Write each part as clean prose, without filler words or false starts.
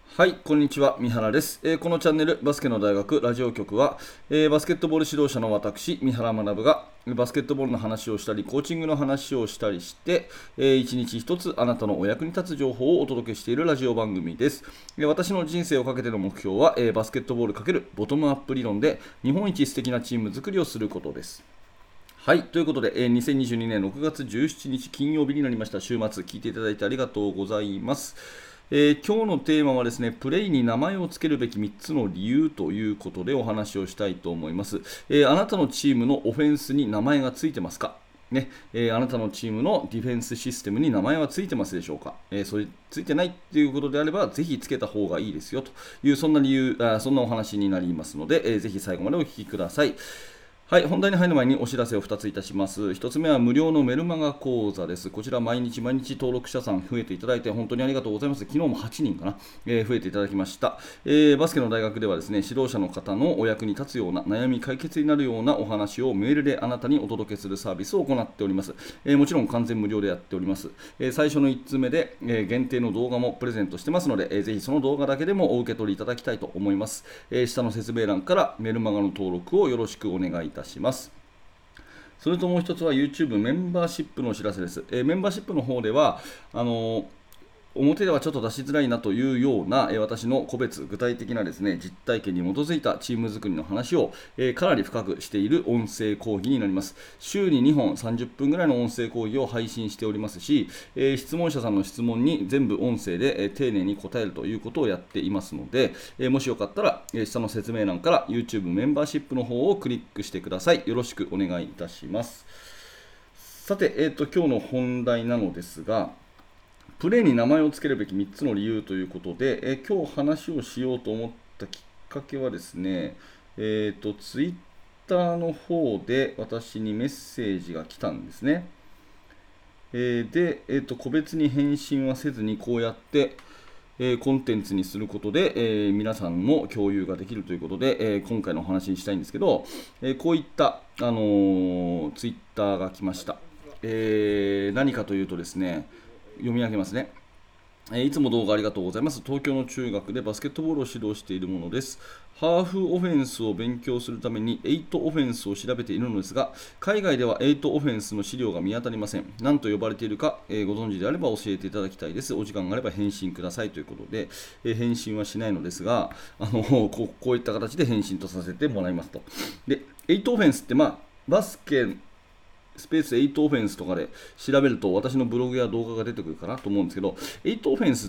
はい、こんにちは。三原です。このチャンネル、バスケの大学ラジオ局は、バスケットボール指導者の私、三原学が、バスケットボールの話をしたり、コーチングの話をしたりして、一日一つあなたのお役に立つ情報をお届けしているラジオ番組です。私の人生をかけての目標は、バスケットボール×ボトムアップ理論で、日本一素敵なチーム作りをすることです。はい、ということで、2022年6月17日金曜日になりました。週末、聞いていただいてありがとうございます。今日のテーマはですね、プレイに名前を付けるべき3つの理由ということでお話をしたいと思います。あなたのチームのオフェンスに名前が付いてますかねあなたのチームのディフェンスシステムに名前は付いてますでしょうか、それ付いてないということであれば、ぜひ付けた方がいいですよという、そんな理由、そんなお話になりますので、ぜひ最後までお聞きください。はい、本題に入る前にお知らせを2ついたします。1つ目は無料のメルマガ講座です。こちら毎日登録者さん増えていただいて本当にありがとうございます。昨日も8人かな、増えていただきました。バスケの大学ではですね、指導者の方のお役に立つような悩み解決になるようなお話をメールであなたにお届けするサービスを行っております。もちろん完全無料でやっております。最初の1つ目で、限定の動画もプレゼントしてますので、ぜひその動画だけでもお受け取りいただきたいと思います。下の説明欄からメルマガの登録をよろしくお願いいたします。それともう一つは YouTube メンバーシップのお知らせです。メンバーシップの方では、表ではちょっと出しづらいなというような、私の個別具体的なですね、実体験に基づいたチーム作りの話を、かなり深くしている音声講義になります。週に2本30分ぐらいの音声講義を配信しておりますし、質問者さんの質問に全部音声で、丁寧に答えるということをやっていますので、もしよかったら、下の説明欄から YouTube メンバーシップの方をクリックしてください。よろしくお願いいたします。さて、今日の本題なのですが、プレーに名前を付けるべき3つの理由ということで、今日話をしようと思ったきっかけはですね、ツイッターの方で私にメッセージが来たんですね。で、個別に返信はせずにこうやって、コンテンツにすることで、皆さんも共有ができるということで、今回のお話にしたいんですけど、こういった、ツイッターが来ました。何かというとですね、読み上げますね。いつも動画ありがとうございます。東京の中学でバスケットボールを指導しているものです。ハーフオフェンスを勉強するために8オフェンスを調べているのですが、海外では8オフェンスの資料が見当たりません。何と呼ばれているか、ご存知であれば教えていただきたいです。お時間があれば返信くださいということで、返信はしないのですが、こういった形で返信とさせてもらいますと。で、8オフェンスって、バスケスペース8オフェンスとかで調べると私のブログや動画が出てくるかなと思うんですけど、8オフェンスって、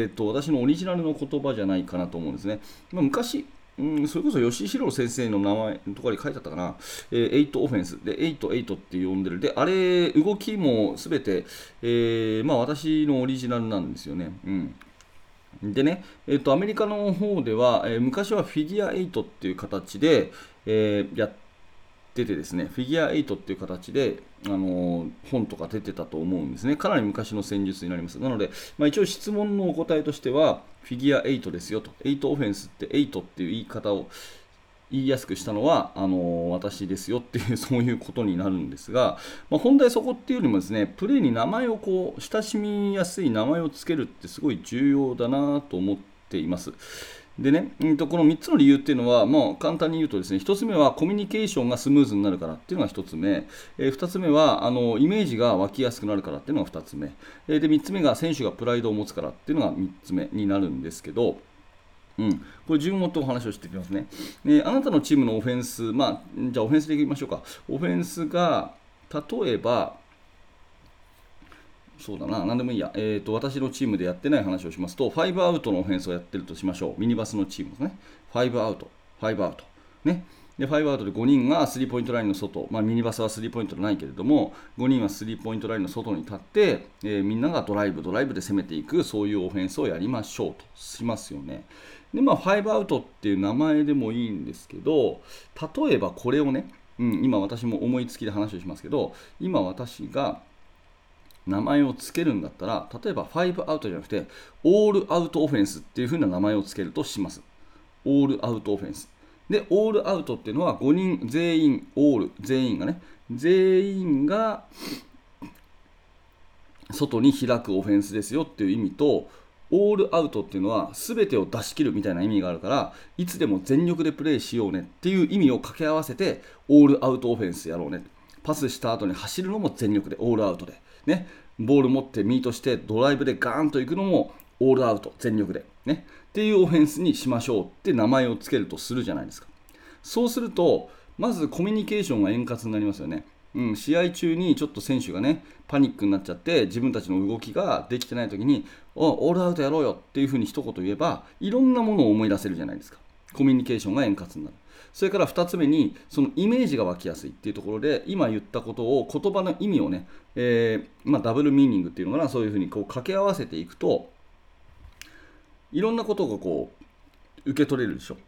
私のオリジナルの言葉じゃないかなと思うんですね。昔、それこそ吉井史郎先生の名前とかに書いてあったかな、8オフェンスで8って呼んでる。で、あれ、動きもすべて、私のオリジナルなんですよね。でね、アメリカの方では、昔はフィギュア8っていう形で、やっててですね、フィギュア8っていう形で、本とか出てたと思うんですね。かなり昔の戦術になります。なので、一応質問のお答えとしては、フィギュア8ですよと。8オフェンスって8っていう言い方を言いやすくしたのは私ですよっていうそういうことになるんですが、本題そこっていうよりもですね、プレーに名前を親しみやすい名前をつけるってすごい重要だなと思っています。でね、この3つの理由っていうのは、簡単に言うとですね、1つ目はコミュニケーションがスムーズになるからっていうのが1つ目、2つ目はイメージが湧きやすくなるからっていうのが2つ目、で3つ目が選手がプライドを持つからっていうのが3つ目になるんですけど、これ順を追ってお話をしていきますね。あなたのチームのオフェンス、じゃあオフェンスでいきましょうか。オフェンスが、例えば、そうだな、なんでもいいや。私のチームでやってない話をしますと、5アウトのオフェンスをやってるとしましょう。ミニバスのチームですね。5アウト、5アウト。ね。で、5アウトで5人がスリーポイントラインの外、ミニバスはスリーポイントないけれども、5人はスリーポイントラインの外に立って、みんながドライブで攻めていく、そういうオフェンスをやりましょうとしますよね。で、5アウトっていう名前でもいいんですけど、例えばこれをね、今私も思いつきで話をしますけど、今私が名前をつけるんだったら、例えば5アウトじゃなくて、オールアウトオフェンスっていう風な名前をつけるとします。オールアウトオフェンス。で、オールアウトっていうのは5人全員、オール、全員がね、全員が外に開くオフェンスですよっていう意味と、 オールアウトっていうのは全てを出し切るみたいな意味があるから、いつでも全力でプレーしようねっていう意味を掛け合わせてオールアウトオフェンスやろうね。パスした後に走るのも全力でオールアウトで、ね、ボール持ってミートしてドライブでガーンと行くのもオールアウト全力で、ね、っていうオフェンスにしましょうって名前をつけるとするじゃないですか。そうするとまずコミュニケーションが円滑になりますよね。試合中にちょっと選手がねパニックになっちゃって自分たちの動きができてない時にオールアウトやろうよっていうふうに一言言えばいろんなものを思い出せるじゃないですか。コミュニケーションが円滑になる。それから2つ目にそのイメージが湧きやすいっていうところで、今言ったことを言葉の意味をね、ダブルミーニングっていうのかな、そういうふうにこう掛け合わせていくといろんなことがこう受け取れるでしょ。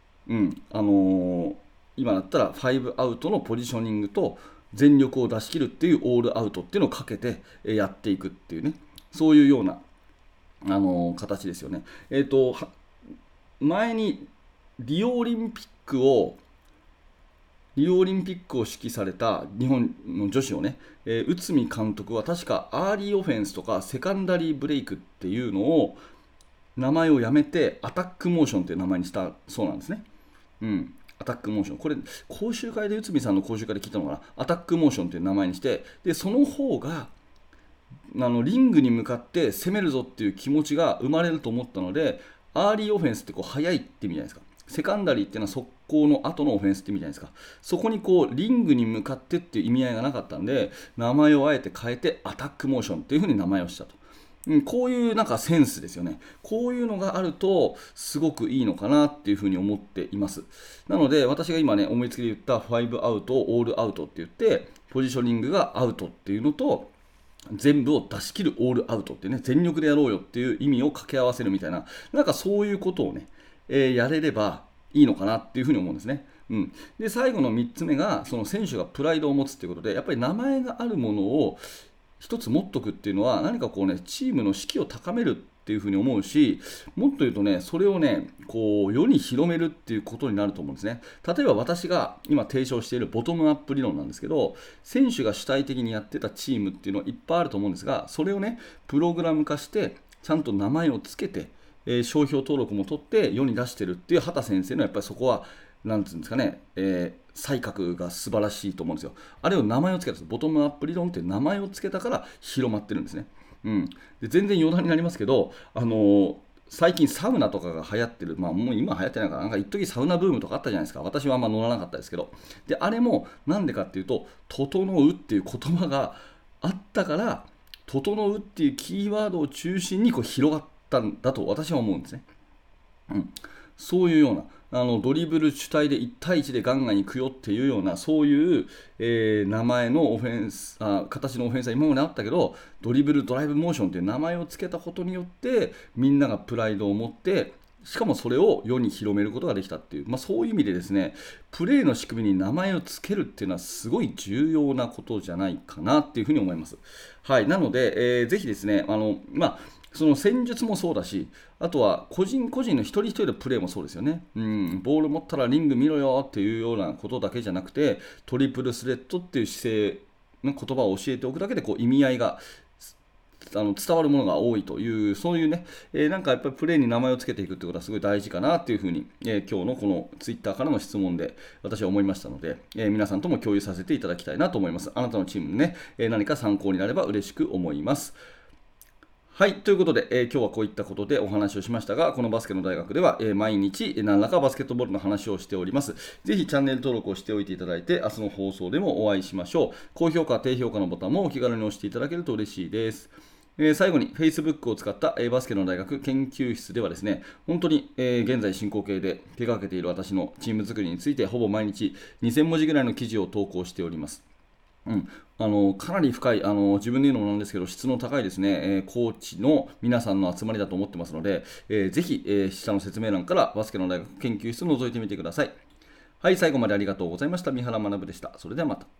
今だったら5アウトのポジショニングと全力を出し切るっていうオールアウトっていうのをかけてやっていくっていうね、そういうような形ですよね。前にリオオリンピックを指揮された日本の女子をね、内海監督は確かアーリーオフェンスとかセカンダリーブレイクっていうのを名前をやめてアタックモーションという名前にしたそうなんですね。アタックモーション、これ講習会で内海さんの講習会で聞いたのかな。アタックモーションという名前にして、でその方がリングに向かって攻めるぞっていう気持ちが生まれると思ったので、アーリーオフェンスってこう速いって意味じゃないですか。セカンダリーっていうのは速攻の後のオフェンスって意味じゃないですか。そこにこうリングに向かってっていう意味合いがなかったんで、名前をあえて変えてアタックモーションっていう風に名前をしたと。こういうなんかセンスですよね。こういうのがあるとすごくいいのかなっていうふうに思っています。なので私が今ね思いつきで言った5アウトをオールアウトって言って、ポジショニングがアウトっていうのと全部を出し切るオールアウトっていうね、全力でやろうよっていう意味を掛け合わせるみたいな、なんかそういうことをね、やれればいいのかなっていうふうに思うんですね。で最後の3つ目がその選手がプライドを持つっていうことで、やっぱり名前があるものを一つ持っとくっていうのは何かこうねチームの士気を高めるっていうふうに思うし、もっと言うとねそれをねこう世に広めるっていうことになると思うんですね。例えば私が今提唱しているボトムアップ理論なんですけど、選手が主体的にやってたチームっていうのはいっぱいあると思うんですが、それをねプログラム化してちゃんと名前をつけて、商標登録も取って世に出してるっていう畑先生のやっぱりそこはなんていうんですかね、才覚が素晴らしいと思うんですよ。あれを名前をつけたんです。ボトムアップ理論って名前をつけたから広まってるんですね。で全然余談になりますけど、最近サウナとかが流行ってる、もう今流行ってないから、なんか一時サウナブームとかあったじゃないですか。私はあんま乗らなかったですけど。で、あれもなんでかっていうと、整うっていう言葉があったから、整うっていうキーワードを中心にこう広がったんだと私は思うんですね。そういうようなドリブル主体で1対1でガンガン行くよっていうようなそういう、名前のオフェンス形のオフェンスは今まであったけど、ドリブルドライブモーションという名前を付けたことによってみんながプライドを持って、しかもそれを世に広めることができたっていう、そういう意味でですね、プレーの仕組みに名前を付けるっていうのはすごい重要なことじゃないかなっていうふうに思います。はい、なので、ぜひですねその戦術もそうだし、あとは個人個人の一人一人のプレーもそうですよね。ボール持ったらリング見ろよっていうようなことだけじゃなくて、トリプルスレッドっていう姿勢の言葉を教えておくだけでこう意味合いが伝わるものが多いという、そういうね、なんかやっぱりプレーに名前をつけていくってことはすごい大事かなっていうふうに、今日のこのツイッターからの質問で私は思いましたので、皆さんとも共有させていただきたいなと思います。あなたのチームにね、何か参考になれば嬉しく思います。はい、ということで、今日はこういったことでお話をしましたが、このバスケの大学では、毎日何らかバスケットボールの話をしております。ぜひチャンネル登録をしておいていただいて、明日の放送でもお会いしましょう。高評価、低評価のボタンもお気軽に押していただけると嬉しいです。最後に Facebook を使った、バスケの大学研究室ではですね、本当に、現在進行形で手掛けている私のチーム作りについてほぼ毎日2000文字ぐらいの記事を投稿しております。かなり深い自分で言うのもなんですけど質の高いですね、コーチの皆さんの集まりだと思ってますので、ぜひ、下の説明欄からバスケの大学研究室を覗いてみてください。はい、最後までありがとうございました。三原学でした。それではまた。